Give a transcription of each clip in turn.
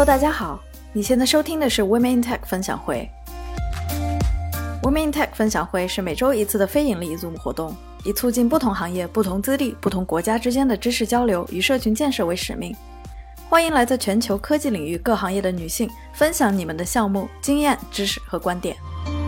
大家好，你现在收听的是 Women in Tech 分享会。Women in Tech 分享会是每周一次的非盈利 Zoom 活动，以促进不同行业、不同资历、不同国家之间的知识交流与社群建设为使命。欢迎来自全球科技领域各行业的女性分享你们的项目、经验、知识和观点。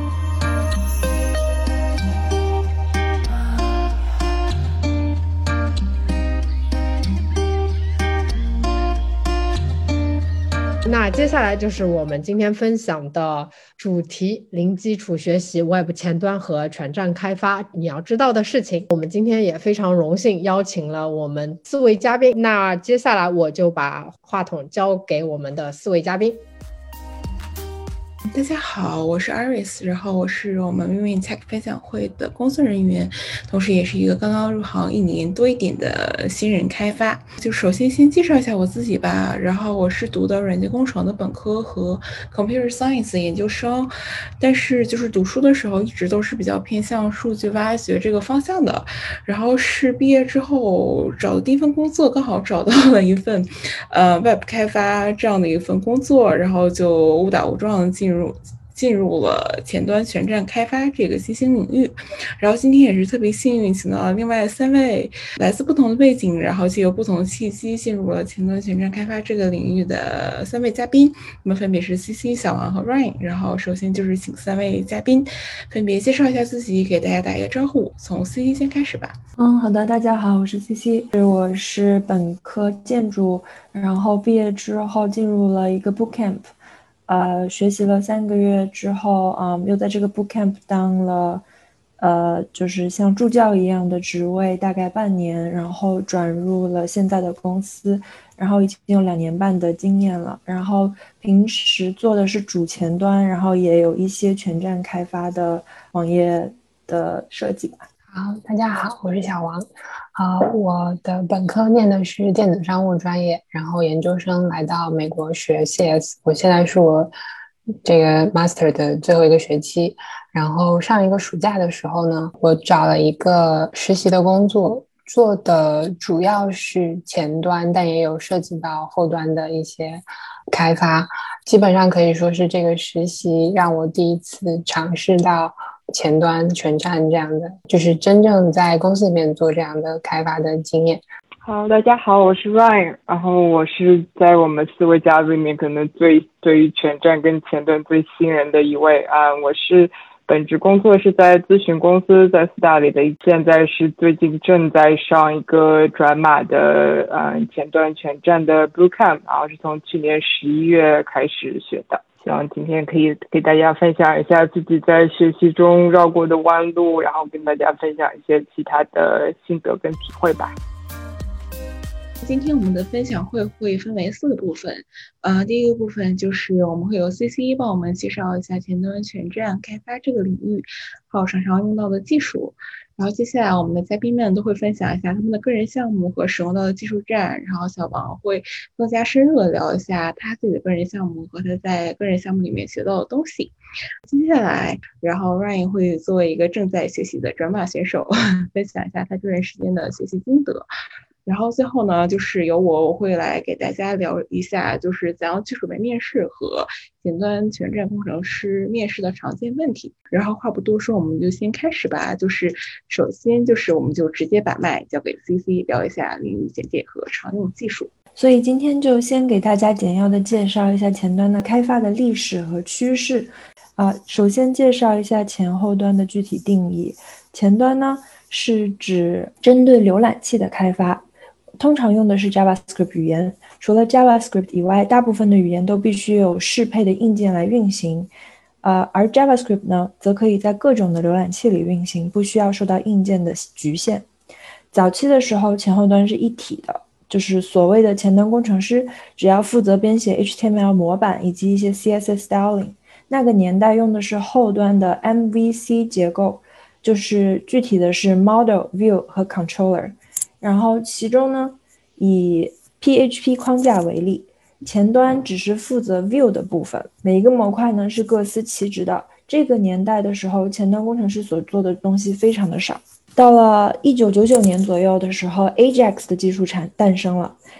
那接下来就是我们今天分享的主题：零基础学习 Web 前端和全站开发你要知道的事情。我们今天也非常荣幸邀请了我们4位嘉宾，那接下来我就把话筒交给我们的4位嘉宾。 大家好，我是 Iris， 然后我是我们 Women in Tech 分享会的工作人员，同时也是一个刚刚入行1年多一点的新人开发。就首先介绍一下我自己吧，然后我是读的软件工程的本科和 Computer Science 研究生，但是就是读书的时候一直都是比较偏向数据挖掘这个方向的，然后是毕业之后找的第一份工作刚好找到了一份Web 开发这样的一份工作，然后就误打误撞的进入了前端全站开发这个新兴领域。然后今天也是特别幸运请到了另外3位来自不同的背景，然后藉由不同的契机进入了前端全站开发这个领域的3位嘉宾，那么分别是 CC、小王和 Ryan。 然后首先就是请3位嘉宾分别介绍一下自己，给大家打一个招呼，从 CC 先开始吧。 好的，大家好，我是 CC， 我是本科建筑，然后毕业之后进入了一个 bootcamp，学习了3个月之后，又在这个 bootcamp 当了就是像助教一样的职位，大概半年，然后转入了现在的公司，然后已经有2年半的经验了，然后平时做的是主前端，然后也有一些全站开发的网页的设计吧。 好，大家好，我是小王。我的本科念的是电子商务专业，然后研究生来到美国学 CS， 我现在是我这个 master 的最后一个学期。然后上一个暑假的时候呢，我找了一个实习的工作，做的主要是前端，但也有涉及到后端的一些开发。基本上可以说是这个实习让我第一次尝试到前端全站这样的，就是真正在公司里面做这样的开发的经验。 好，大家好，我是 Ryan， 然后我是在我们4位嘉宾里面可能对于全站跟前端最新人的一位我是本职工作是在咨询公司，在斯大里的，现在是最近正在上一个转码的前端全站的 bootcamp， 然后是从去年11月开始学的。希望今天可以给大家分享一下自己在学习中绕过的弯路，然后跟大家分享一些其他的心得跟体会吧。 今天我们的分享会分为4个部分，第一个部分就是我们会由 CC 帮我们介绍一下前端全站开发这个领域还有常常用到的技术，然后接下来我们的嘉宾们都会分享一下他们的个人项目和使用到的技术栈，然后小王会更加深入的聊一下他自己的个人项目和他在个人项目里面学到的东西。接下来然后 Ryan 会作为一个正在学习的转码选手分享一下他这段时间的学习心得，然后最后呢就是由我会来给大家聊一下就是怎样去准备面试和前端全站工程师面试的常见问题。然后话不多说，我们就先开始吧，就是首先就是我们就直接把麦交给 CC 聊一下领域简介和常用技术。 所以今天就先给大家简要的介绍一下前端的开发的历史和趋势。首先介绍一下前后端的具体定义。前端呢是指针对浏览器的开发，通常用的是 JavaScript 语言，除了 JavaScript 以外，大部分的语言都必须有适配的硬件来运行。而 JavaScript 呢，则可以在各种的浏览器里运行，不需要受到硬件的局限。早期的时候，前后端是一体的，就是所谓的前端工程师，只要负责编写 HTML 模板以及一些 CSS styling。那个年代用的是后端的 MVC 结构，就是具体的是 Model、View 和 Controller。然后其中呢，以 PHP 框架为例，前端只是负责 View 的部分，每一个模块呢是各司其职的。这个年代的时候，前端工程师所做的东西非常的少。到了1999年左右的时候， Ajax 的技术诞生了。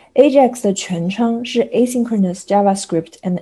Ajax 的全称是 Asynchronous JavaScript and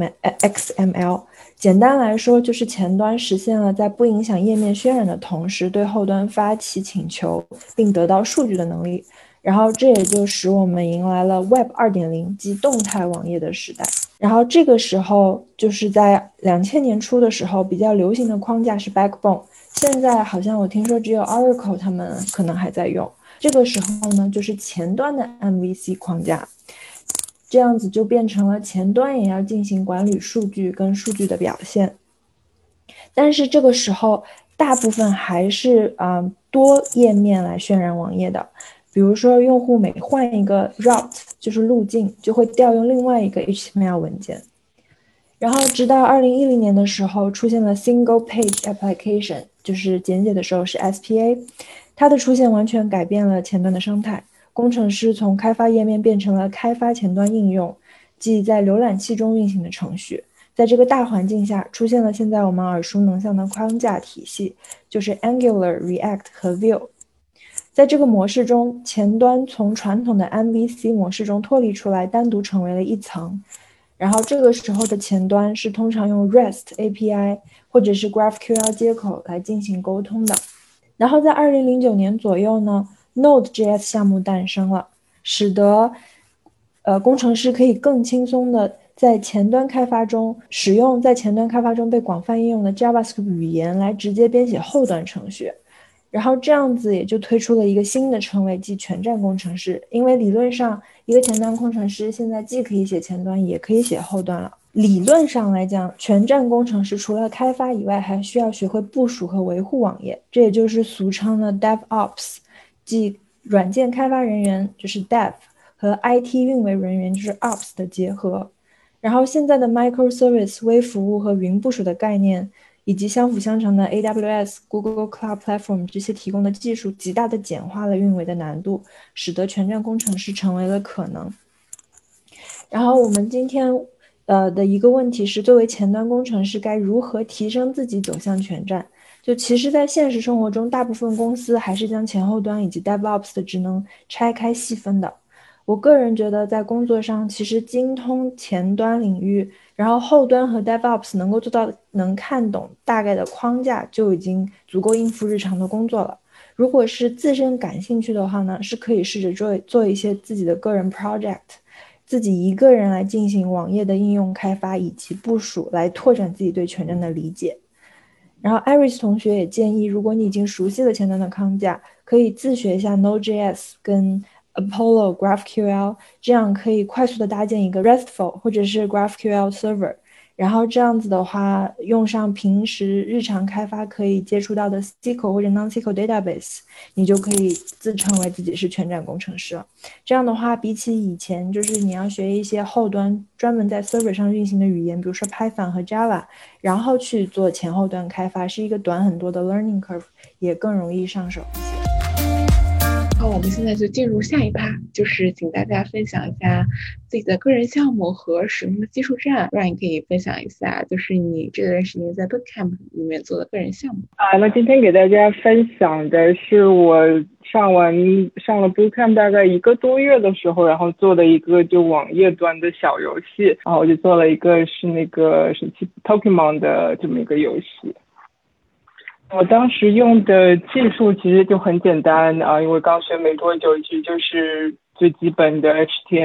XML， 简单来说就是前端实现了在不影响页面渲染的同时对后端发起请求并得到数据的能力，然后这也就使我们迎来了 Web 2.0 及动态网页的时代。然后这个时候就是在2000年初的时候比较流行的框架是 Backbone， 现在好像我听说只有 Oracle 他们可能还在用。这个时候呢就是前端的 MVC 框架，这样子就变成了前端也要进行管理数据跟数据的表现。但是这个时候大部分还是多页面来渲染网页的，比如说用户每换一个 route 就是路径就会调用另外一个 HTML 文件。然后直到2010年的时候出现了 Single Page Application， 就是简写的时候是 SPA， 它的出现完全改变了前端的生态，工程师从开发页面变成了开发前端应用，即在浏览器中运行的程序。在这个大环境下出现了现在我们耳熟能详的框架体系，就是 Angular、React 和 Vue。在这个模式中，前端从传统的 MVC 模式中脱离出来，单独成为了一层。然后这个时候的前端是通常用 REST API 或者是 GraphQL 接口来进行沟通的。然后在2009年左右呢 Node.js 项目诞生了，使得工程师可以更轻松的在前端开发中使用在前端开发中被广泛应用的 JavaScript 语言来直接编写后端程序。然后这样子也就推出了一个新的称谓，即全站工程师。因为理论上一个前端工程师现在既可以写前端也可以写后端了。理论上来讲，全站工程师除了开发以外还需要学会部署和维护网页，这也就是俗称的 DevOps， 即软件开发人员就是 Dev 和 IT 运维人员就是 Ops 的结合。然后现在的 Microservice 微服务和云部署的概念以及相辅相成的 AWS、Google Cloud Platform 这些提供的技术极大的简化了运维的难度，使得全站工程师成为了可能。然后我们今天的一个问题是，作为前端工程师该如何提升自己走向全站？就其实在现实生活中，大部分公司还是将前后端以及 DevOps 的职能拆开细分的。我个人觉得在工作上其实精通前端领域，然后后端和 DevOps 能够做到能看懂大概的框架就已经足够应付日常的工作了。如果是自身感兴趣的话呢，是可以试着做一些自己的个人 project， 自己一个人来进行网页的应用开发以及部署，来拓展自己对全站的理解。然后 Iris 同学也建议，如果你已经熟悉了前端的框架，可以自学一下 Node.js 跟Apollo GraphQL， 这样可以快速的搭建一个 RESTful 或者是 GraphQL server， 然后这样子的话用上平时日常开发可以接触到的 SQL 或者 Non-SQL database， 你就可以自称为自己是全站工程师了。这样的话比起以前就是你要学一些后端专门在 server 上运行的语言，比如说 Python 和 Java， 然后去做前后端开发，是一个短很多的 learning curve， 也更容易上手一些。 好，我们现在就进入下一趴，就是请大家分享一下自己的个人项目和使用的技术站。Ryan 可以分享一下，就是你这段时间在 Bootcamp 里面做的个人项目。 那今天给大家分享的是我上了 Bootcamp 大概1个多月的时候，然后做的一个就网页端的小游戏，然后我就做了一个是那个Pokemon 的这么一个游戏。我当时用的技术其实就很简单因为刚学没多久，其实就是最基本的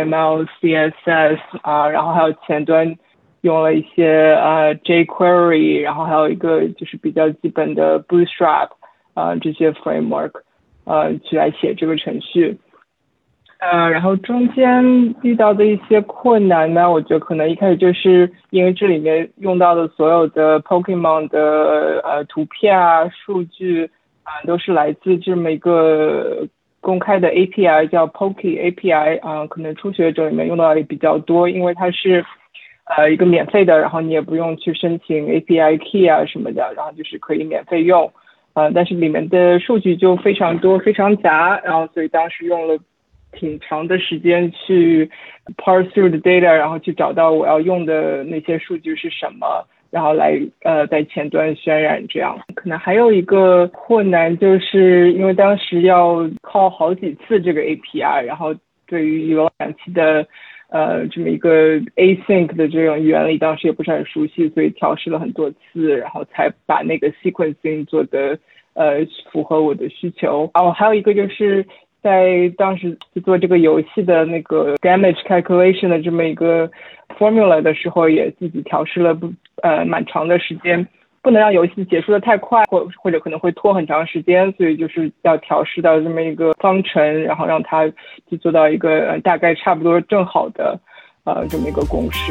HTML、CSS 然后还有前端用了一些jQuery， 然后还有一个就是比较基本的 Bootstrap 这些 framework 去来写这个程序。然后中间遇到的一些困难呢，我觉得可能一开始就是因为这里面用到的所有的 Pokemon 的图片数据都是来自这么一个公开的 API 叫 Poke API 可能初学者里面用到的也比较多，因为它是一个免费的，然后你也不用去申请 API key 什么的，然后就是可以免费用但是里面的数据就非常多非常杂，然后所以当时用了挺长的时间去 parse through the data， 然后去找到我要用的那些数据是什么，然后来在前端渲染这样。可能还有一个困难就是因为当时要call好几次这个 API， 然后对于浏览器的这么一个 async 的这种原理当时也不是很熟悉，所以调试了很多次，然后才把那个 sequencing 做的符合我的需求。然后还有一个就是在当时做这个游戏的那个 damage calculation 的这么一个 formula 的时候，也自己调试了蛮长的时间，不能让游戏结束的太快，或者可能会拖很长时间，所以就是要调试到这么一个方程，然后让它就做到一个大概差不多正好的这么一个公式。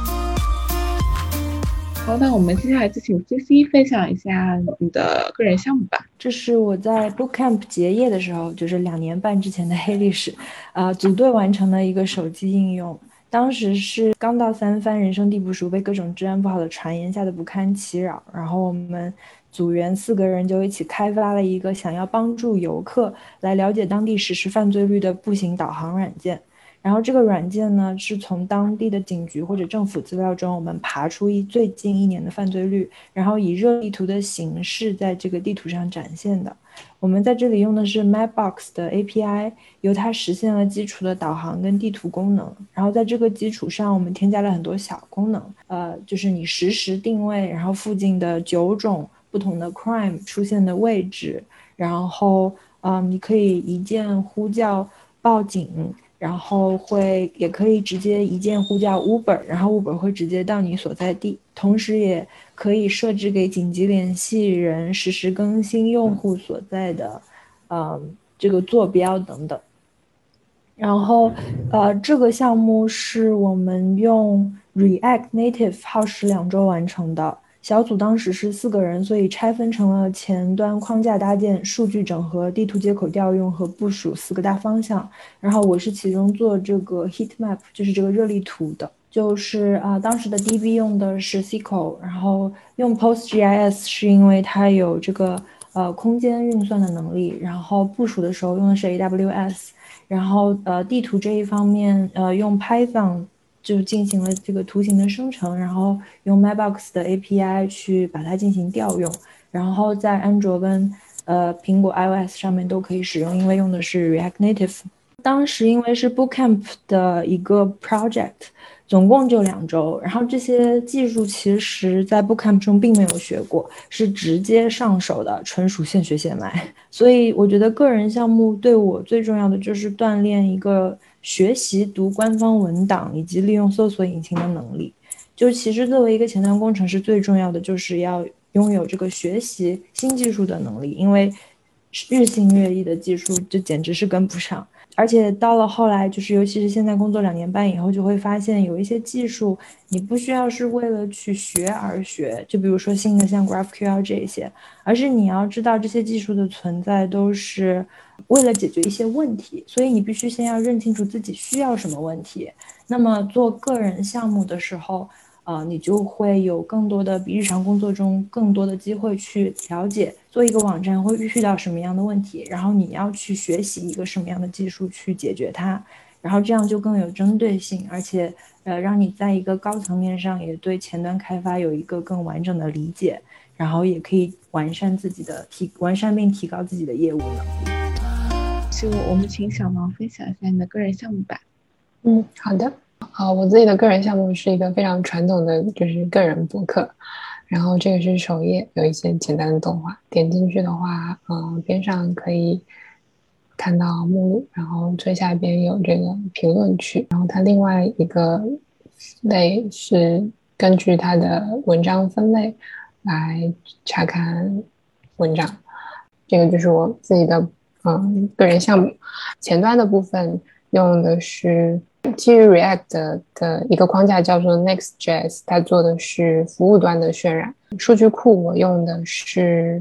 好，那我们接下来就请 CC 分享一下你的个人项目吧。 这是我在 Bootcamp 结业的时候，就是2年半之前的黑历史，组队完成的一个手机应用。当时是刚到3番，人生地不熟，被各种治安不好的传言吓得不堪其扰。然后我们组员4个人就一起开发了一个想要帮助游客来了解当地实时犯罪率的步行导航软件。然后这个软件呢，是从当地的警局或者政府资料中，我们爬出最近1年的犯罪率，然后以热力图的形式在这个地图上展现的。我们在这里用的是 Mapbox 的 API， 由它实现了基础的导航跟地图功能。然后在这个基础上，我们添加了很多小功能，就是你实时定位，然后附近的9种不同的 crime 出现的位置，然后你可以一键呼叫报警。然后也可以直接一键呼叫 Uber， 然后 Uber 会直接到你所在地，同时也可以设置给紧急联系人实时更新用户所在的这个坐标等等。然后这个项目是我们用 React Native 耗时2周完成的。小组当时是4个人，所以拆分成了前端框架搭建、数据整合、地图接口调用和部署4个大方向。然后我是其中做这个 heat map， 就是这个热力图的。就是当时的 DB 用的是 SQL， 然后用 PostGIS 是因为它有这个空间运算的能力，然后部署的时候用的是 AWS， 然后地图这一方面用 Python。就进行了这个图形的生成，然后用 Mapbox 的 API 去把它进行调用，然后在安卓跟苹果 iOS 上面都可以使用，因为用的是 React Native。当时因为是 Bootcamp 的一个 project， 总共就2周，然后这些技术其实在 Bootcamp 中并没有学过，是直接上手的，纯属现学现卖。所以我觉得个人项目对我最重要的就是锻炼一个学习读官方文档以及利用搜索引擎的能力。就其实作为一个前端工程师，最重要的就是要拥有这个学习新技术的能力，因为日新月异的技术就简直是跟不上。而且到了后来，就是尤其是现在工作2年半以后，就会发现有一些技术你不需要是为了去学而学，就比如说新的像 GraphQL 这些，而是你要知道这些技术的存在都是为了解决一些问题，所以你必须先要认清楚自己需要什么问题。那么做个人项目的时候你就会有更多的比日常工作中更多的机会去了解做一个网站会遇到什么样的问题，然后你要去学习一个什么样的技术去解决它，然后这样就更有针对性，而且让你在一个高层面上也对前端开发有一个更完整的理解，然后也可以完善并提高自己的业务能力。 就我们请小王分享一下你的个人项目吧。 好的。我自己的个人项目是一个非常传统的，就是个人博客。然后这个是首页，有一些简单的动画，点进去的话，边上可以看到目录，然后最下边有这个评论区。然后它另外一个类是根据它的文章分类来查看文章。这个就是我自己的个人项目。前端的部分用的是基于 React 的一个框架叫做 Next.js， 它做的是服务端的渲染。数据库我用的是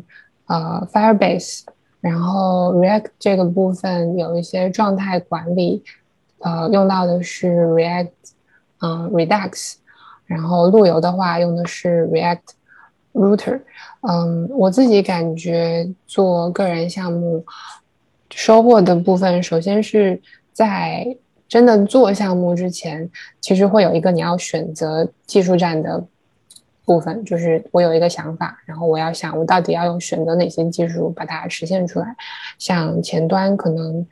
Firebase， 然后 React 这个部分有一些状态管理，用到的是 React Redux， 然后路由的话用的是 React Router。我自己感觉做个人项目收获的部分，首先是在真的做项目之前，其实会有一个你要选择技术栈的部分，就是我有一个想法，然后我要想我到底要用选择哪些技术把它实现出来。像前端可能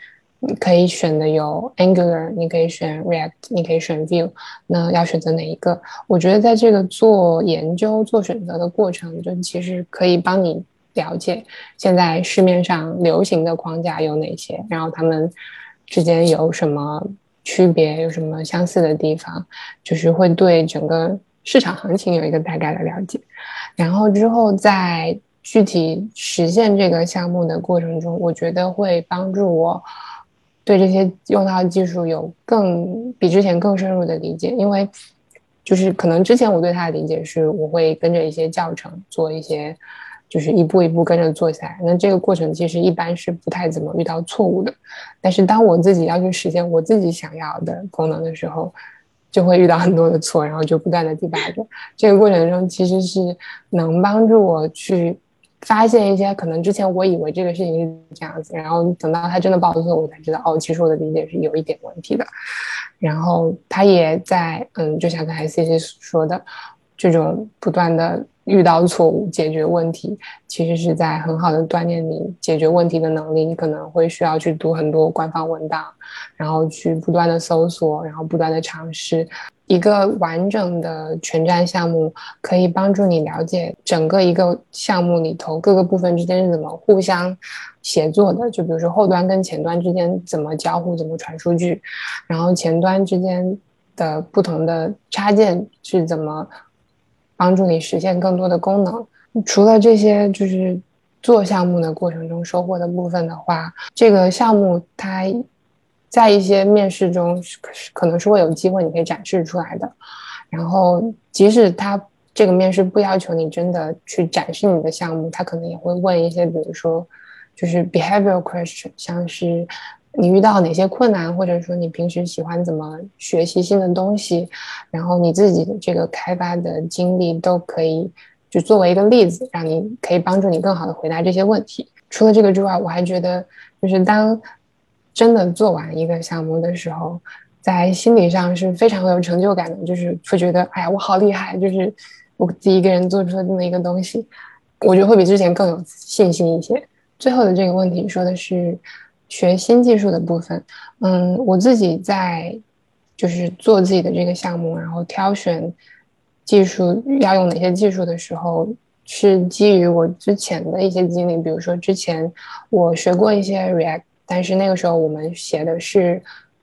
你可以选的有 Angular， 你可以选 React， 你可以选 Vue， 那要选择哪一个？我觉得在这个做研究、做选择的过程，就其实可以帮你了解现在市面上流行的框架有哪些，然后他们之间有什么区别，有什么相似的地方，就是会对整个市场行情有一个大概的了解。然后之后在具体实现这个项目的过程中，我觉得会帮助我对这些用到的技术有比之前更深入的理解。因为就是可能之前我对它的理解是我会跟着一些教程做一些，就是一步一步跟着做下来，那这个过程其实一般是不太怎么遇到错误的。但是当我自己要去实现我自己想要的功能的时候，就会遇到很多的错，然后就不断的 debug。 这个过程中其实是能帮助我去发现一些可能之前我以为这个事情是这样子，然后等到它真的报错，我才知道哦，其实我的理解是有一点问题的。然后他也在就像刚才 CC 说的，这种不断的遇到错误解决问题，其实是在很好的锻炼你解决问题的能力。你可能会需要去读很多官方文档，然后去不断的搜索，然后不断的尝试。一个完整的全站项目可以帮助你了解整个一个项目里头各个部分之间是怎么互相协作的，就比如说后端跟前端之间怎么交互，怎么传数据，然后前端之间的不同的插件是怎么帮助你实现更多的功能。除了这些就是做项目的过程中收获的部分的话，这个项目它在一些面试中可能是会有机会你可以展示出来的。然后即使它这个面试不要求你真的去展示你的项目，他可能也会问一些比如说就是 behavioral question， 像是你遇到哪些困难，或者说你平时喜欢怎么学习新的东西，然后你自己的这个开发的经历都可以就作为一个例子，让你可以帮助你更好的回答这些问题。除了这个之外，我还觉得就是当真的做完一个项目的时候，在心理上是非常有成就感的，就是会觉得哎呀我好厉害，就是我自己一个人做出了这么一个东西，我觉得会比之前更有信心一些。最后的这个问题说的是学新技术的部分，我自己在就是做自己的这个项目，然后挑选技术要用哪些技术的时候，是基于我之前的一些经历。比如说之前我学过一些 React， 但是那个时候我们写的是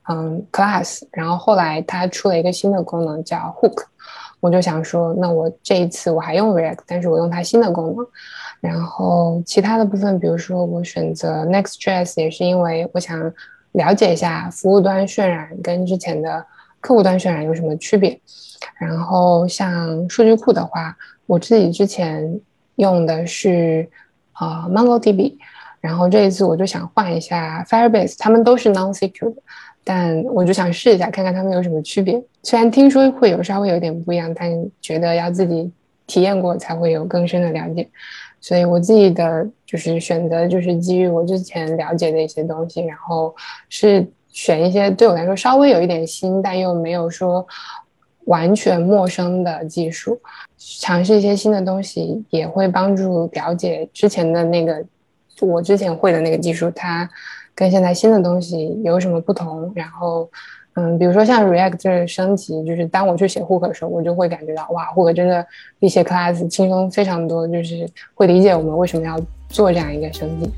class， 然后后来它出了一个新的功能叫 hook， 我就想说那我这一次我还用 React， 但是我用它新的功能。然后其他的部分比如说我选择 Next.js 也是因为我想了解一下服务端渲染跟之前的客户端渲染有什么区别。然后像数据库的话，我自己之前用的是MongoDB， 然后这一次我就想换一下 Firebase， 他们都是 non-secure 的，但我就想试一下看看他们有什么区别。虽然听说会有稍微有一点不一样，但觉得要自己体验过才会有更深的了解。所以我自己的就是选择就是基于我之前了解的一些东西，然后是选一些对我来说稍微有一点新但又没有说完全陌生的技术，尝试一些新的东西也会帮助了解之前的那个我之前会的那个技术它跟现在新的东西有什么不同。然后比如说像 React 这升级，就是当我去写 Hook 的时候，我就会感觉到哇 Hook 真的比写 class 轻松非常多，就是会理解我们为什么要做这样一个升级。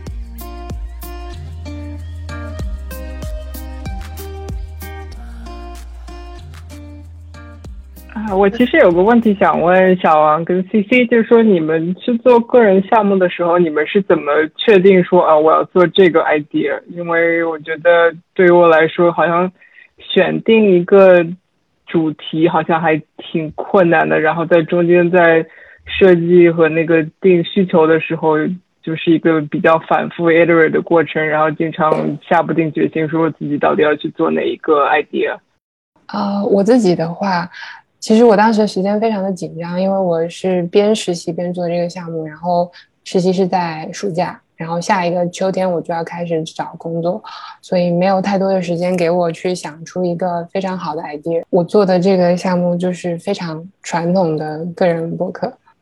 我其实有个问题想问小王跟 CC， 就是说你们去做个人项目的时候，你们是怎么确定说我要做这个 idea？ 因为我觉得对于我来说，好像选定一个主题好像还挺困难的，然后在中间在设计和那个定需求的时候，就是一个比较反复 iterate 的过程，然后经常下不定决心说自己到底要去做哪一个 idea。 我自己的话，其实我当时时间非常的紧张，因为我是边实习边做这个项目，然后实习是在暑假，然后下一个秋天我就要开始找工作，所以没有太多的时间给我去想出一个非常好的 idea。我做的这个项目就是非常传统的个人博客，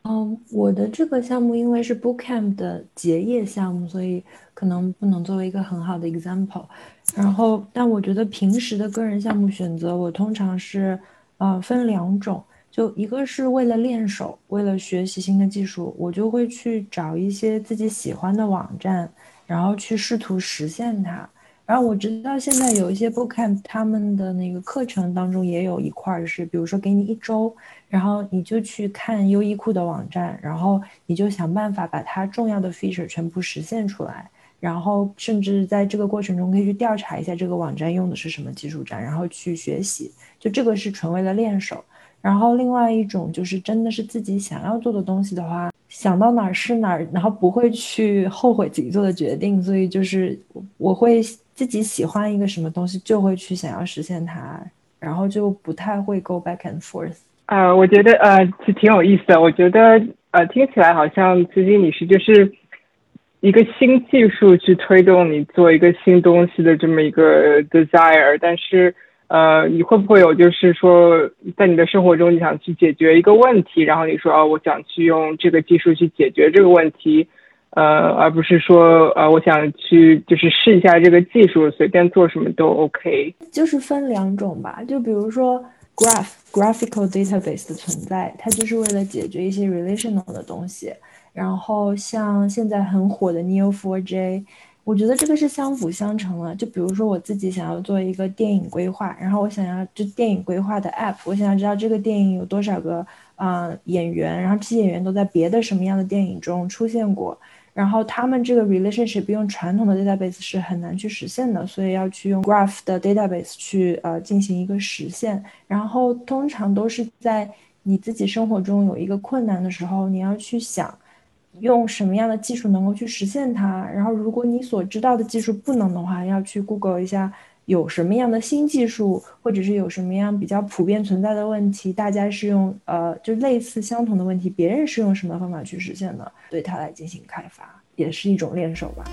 我的这个项目因为是 Bootcamp 的结业项目，所以可能不能作为一个很好的 example。然后，但我觉得平时的个人项目选择，我通常是分两种，就一个是为了练手，为了学习新的技术，我就会去找一些自己喜欢的网站，然后去试图实现它。然后我知道现在有一些 Bootcamp 他们的那个课程当中也有一块是，比如说给你1周。然后你就去看优衣库的网站，然后你就想办法把它重要的 feature 全部实现出来，然后甚至在这个过程中可以去调查一下这个网站用的是什么技术栈，然后去学习，就这个是纯为了练手。然后另外一种就是真的是自己想要做的东西的话，想到哪儿是哪儿，然后不会去后悔自己做的决定，所以就是我会自己喜欢一个什么东西就会去想要实现它，然后就不太会 go back and forth。 我觉得其实挺有意思的。我觉得听起来好像其实你是就是一个新技术去推动你做一个新东西的这么一个 desire， 但是你会不会有就是说在你的生活中你想去解决一个问题，然后你说我想去用这个技术去解决这个问题，而不是说我想去就是试一下这个技术，随便做什么都 OK。 就是分两种吧，就比如说graphical database 的存在，它就是为了解决一些 relational 的东西。然后像现在很火的 Neo4j， 我觉得这个是相辅相成的。就比如说我自己想要做一个电影规划，然后我想要就电影规划的 app， 我想要知道这个电影有多少个演员，然后这些演员都在别的什么样的电影中出现过。然后他们这个 relationship 用传统的 database 是很难去实现的，所以要去用 graph 的 database 去进行一个实现。然后通常都是在你自己生活中有一个困难的时候，你要去想用什么样的技术能够去实现它。然后如果你所知道的技术不能的话，要去 Google 一下有什么样的新技术，或者是有什么样比较普遍存在的问题，大家是用就类似相同的问题，别人是用什么方法去实现的，对它来进行开发，也是一种练手吧。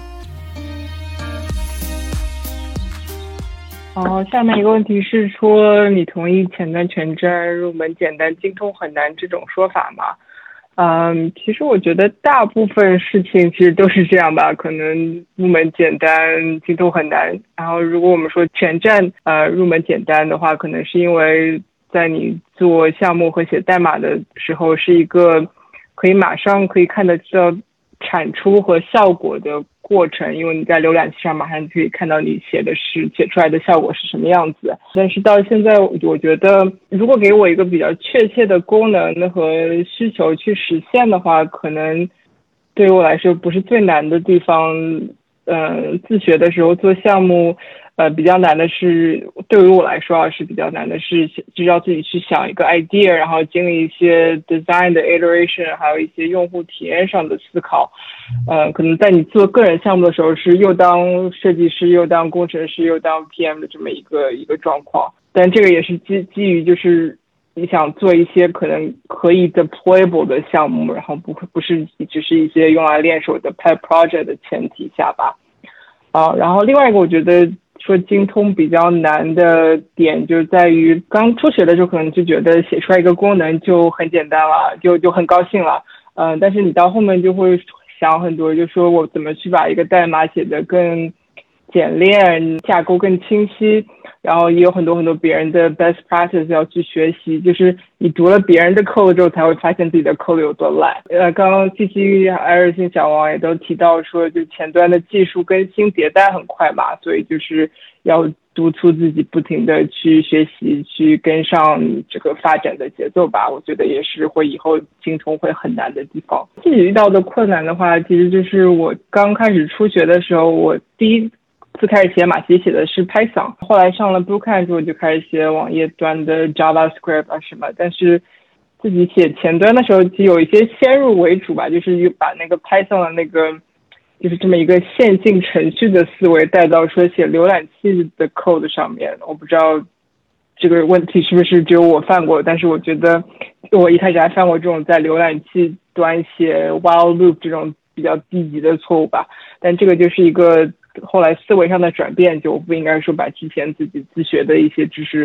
下面一个问题是说，你同意前端全站入门简单精通很难这种说法吗？其实我觉得大部分事情其实都是这样吧，可能入门简单精通很难。然后如果我们说全站入门简单的话，可能是因为在你做项目和写代码的时候是一个可以马上可以看得到产出和效果的过程，因为你在浏览器上马上可以看到你写出来的效果是什么样子。但是到现在我觉得如果给我一个比较确切的功能和需求去实现的话，可能对于我来说不是最难的地方。自学的时候做项目比较难的是，对于我来说是比较难的是就要自己去想一个 idea， 然后经历一些 design 的 iteration， 还有一些用户体验上的思考。可能在你做个人项目的时候是又当设计师又当工程师又当 PM 的这么一个状况，但这个也是基于就是你想做一些可能可以 deployable 的项目，然后不是只是一些用来练手的 pet project 的前提下吧。然后另外一个我觉得说精通比较难的点就在于刚初学的时候可能就觉得写出来一个功能就很简单了，就很高兴了。但是你到后面就会想很多，就说我怎么去把一个代码写得更简练，架构更清晰，然后也有很多别人的 best practice 要去学习，就是你读了别人的 code 之后才会发现自己的 code 有多烂。刚刚 CC、艾瑞森、小王也都提到说，就前端的技术更新迭代很快嘛，所以就是要督促自己不停的去学习，去跟上这个发展的节奏吧。我觉得也是会以后精通会很难的地方。自己遇到的困难的话，其实就是我刚开始初学的时候，我第一次开始写马奇写的是 Python， 后来上了 Bootcamp 之后就开始写网页端的 JavaScript 什么，但是自己写前端的时候就有一些先入为主吧，就是把那个 Python 的那个就是这么一个线性程序的思维带到说写浏览器的 code 上面。我不知道这个问题是不是只有我犯过，但是我觉得我一开始还犯过这种在浏览器端写 while loop 这种比较低级的错误吧。但这个就是一个后来思维上的转变，就不应该说把之前自己自学的一些知识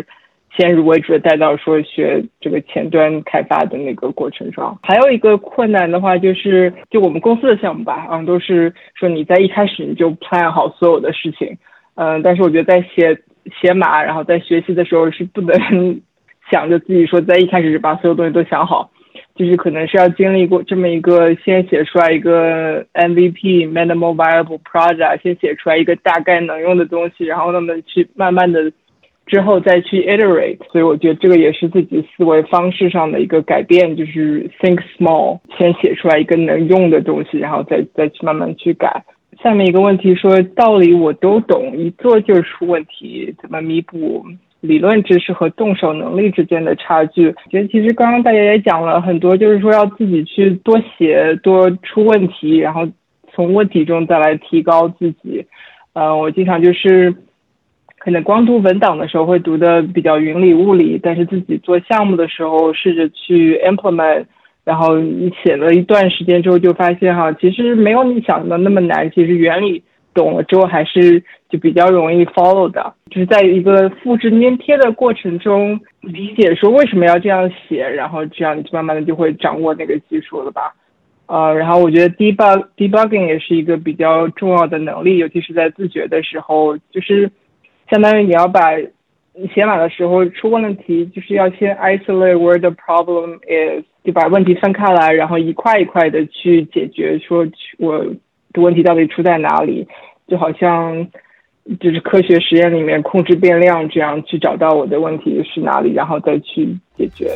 先入为主的带到说学这个前端开发的那个过程上。还有一个困难的话就是我们公司的项目吧，都是说你在一开始你就 plan 好所有的事情，但是我觉得在写码然后在学习的时候是不能想着自己说在一开始就把所有东西都想好，就是可能是要经历过这么一个先写出来一个 MVP minimal viable project， 先写出来一个大概能用的东西，然后那么去慢慢的之后再去 iterate。 所以我觉得这个也是自己思维方式上的一个改变，就是 think small， 先写出来一个能用的东西，然后再去慢慢去改。下面一个问题说道理我都懂，一做就出问题，怎么弥补理论知识和动手能力之间的差距？我觉得其实刚刚大家也讲了很多，就是说要自己去多写多出问题，然后从问题中再来提高自己。我经常就是可能光读文档的时候会读的比较云里雾里，但是自己做项目的时候试着去 implement， 然后你写了一段时间之后就发现其实没有你想的那么难，其实原理懂了之后还是就比较容易 follow 的，就是在一个复制粘贴的过程中理解说为什么要这样写，然后这样你就慢慢的就会掌握那个技术了吧。然后我觉得 debugging 也是一个比较重要的能力，尤其是在自觉的时候，就是相当于你要把你写码的时候出问题，就是要先 isolate where the problem is， 就把问题分开来，然后一块一块的去解决，说我的问题到底出在哪里，就好像就是科学实验里面控制变量这样去找到我的问题是哪里，然后再去解决。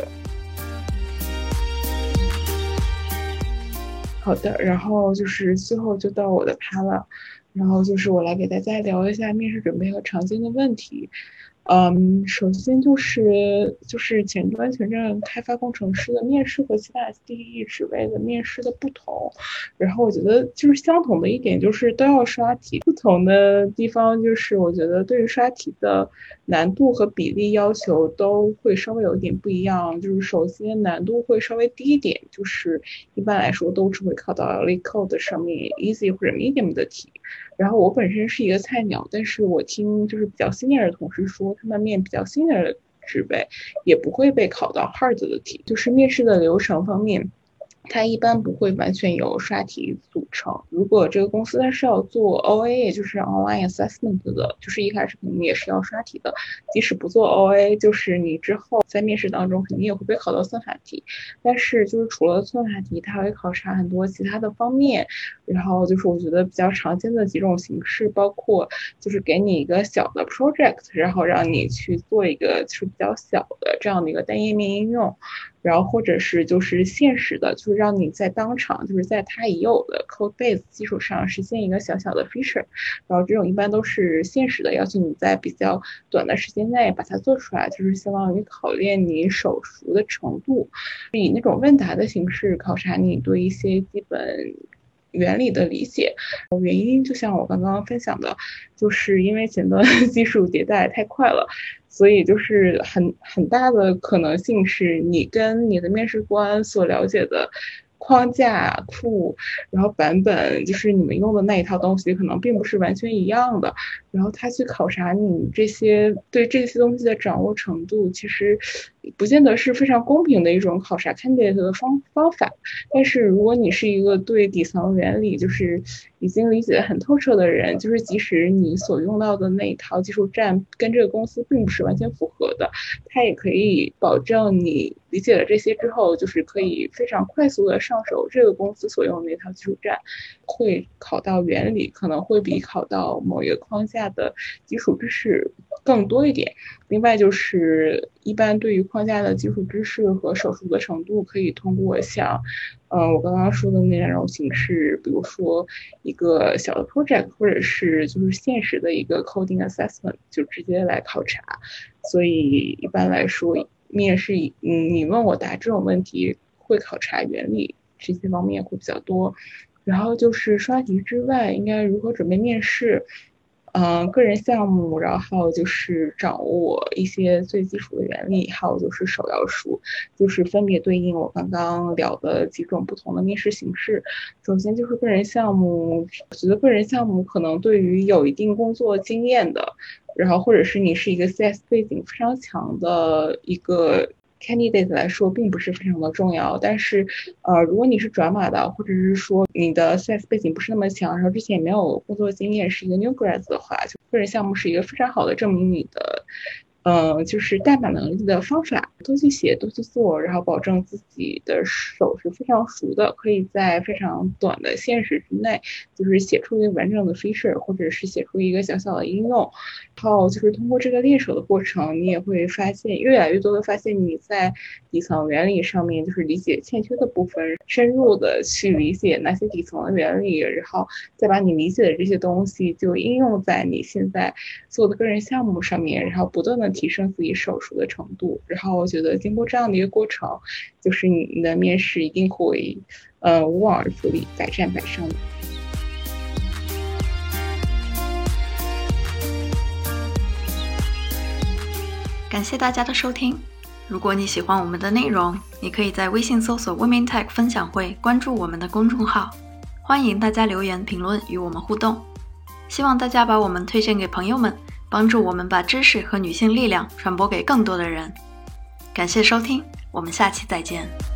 好的，然后就是最后就到我的趴了，然后就是我来给大家聊一下面试准备和常见的问题。首先就是前端前站开发工程师的面试和其他 SDE 职位的面试的不同，然后我觉得就是相同的一点就是都要刷题，不同的地方就是我觉得对于刷题的难度和比例要求都会稍微有点不一样。就是首先难度会稍微低一点，就是一般来说都只会考到 LeetCode 上面 easy 或者 medium 的题。然后我本身是一个菜鸟，但是我听就是比较 senior 的同事说，他们面比较 senior 的职位也不会被考到 hard 的题。就是面试的流程方面，它一般不会完全由刷题组成。如果这个公司它是要做 OA， 也就是 online assessment 的，就是一开始肯定也是要刷题的。即使不做 OA， 就是你之后在面试当中肯定也会被考到算法题，但是就是除了算法题，它会考察很多其他的方面。然后就是我觉得比较常见的几种形式，包括就是给你一个小的 project， 然后让你去做一个就是比较小的这样的一个单页面应用，然后或者是就是现实的，就是让你在当场就是在它已有的 code base 基础上实现一个小小的 feature， 然后这种一般都是现实的，要求你在比较短的时间内把它做出来，就是相当于考验你手熟的程度，以那种问答的形式考察你对一些基本原理的理解。原因就像我刚刚分享的，就是因为前端技术迭代太快了，所以就是很大的可能性是你跟你的面试官所了解的框架库，然后版本，就是你们用的那一套东西可能并不是完全一样的，然后他去考察你对这些东西的掌握程度，其实不见得是非常公平的一种考察 candidate 的方法。但是如果你是一个对底层原理就是已经理解很透彻的人，就是即使你所用到的那一套技术栈跟这个公司并不是完全符合的，它也可以保证你理解了这些之后，就是可以非常快速的上手这个公司所用的那套技术栈，会考到原理可能会比考到某一个框架的基础知识更多一点。另外就是一般对于框架的基础知识和手熟的程度，可以通过像我刚刚说的那种形式，比如说一个小的 project， 或者是就是现实的一个 coding assessment， 就直接来考察。所以一般来说面试你问我答这种问题会考察原理这些方面会比较多。然后就是刷题之外应该如何准备面试， 个人项目，然后还有就是掌握一些最基础的原理，还有就是手要熟，就是分别对应我刚刚聊的几种不同的面试形式。首先就是个人项目，我觉得个人项目可能对于有一定工作经验的，然后或者是你是一个 CS 背景非常强的一个candidate 来说并不是非常的重要，但是如果你是转码的，或者是说你的 CS 背景不是那么强，然后之前也没有工作经验，是一个 new grad 的话，就个人项目是一个非常好的证明你的就是代码能力的方法，多去写多去做，然后保证自己的手是非常熟的，可以在非常短的限时之内就是写出一个完整的 feature， 或者是写出一个小小的应用。然后就是通过这个练手的过程，你也会发现越来越多的发现你在底层原理上面就是理解欠缺的部分，深入的去理解那些底层的原理，然后再把你理解的这些东西就应用在你现在做的个人项目上面，然后不断的提升自己手熟的程度。然后我觉得经过这样的一个过程，就是你的面试一定会无往而复利，百战百胜的。 感谢大家的收听。如果你喜欢我们的内容，你可以在微信搜索 Women Tech 分享会，关注我们的公众号，欢迎大家留言评论与我们互动。希望大家把我们推荐给朋友们，帮助我们把知识和女性力量传播给更多的人。感谢收听，我们下期再见。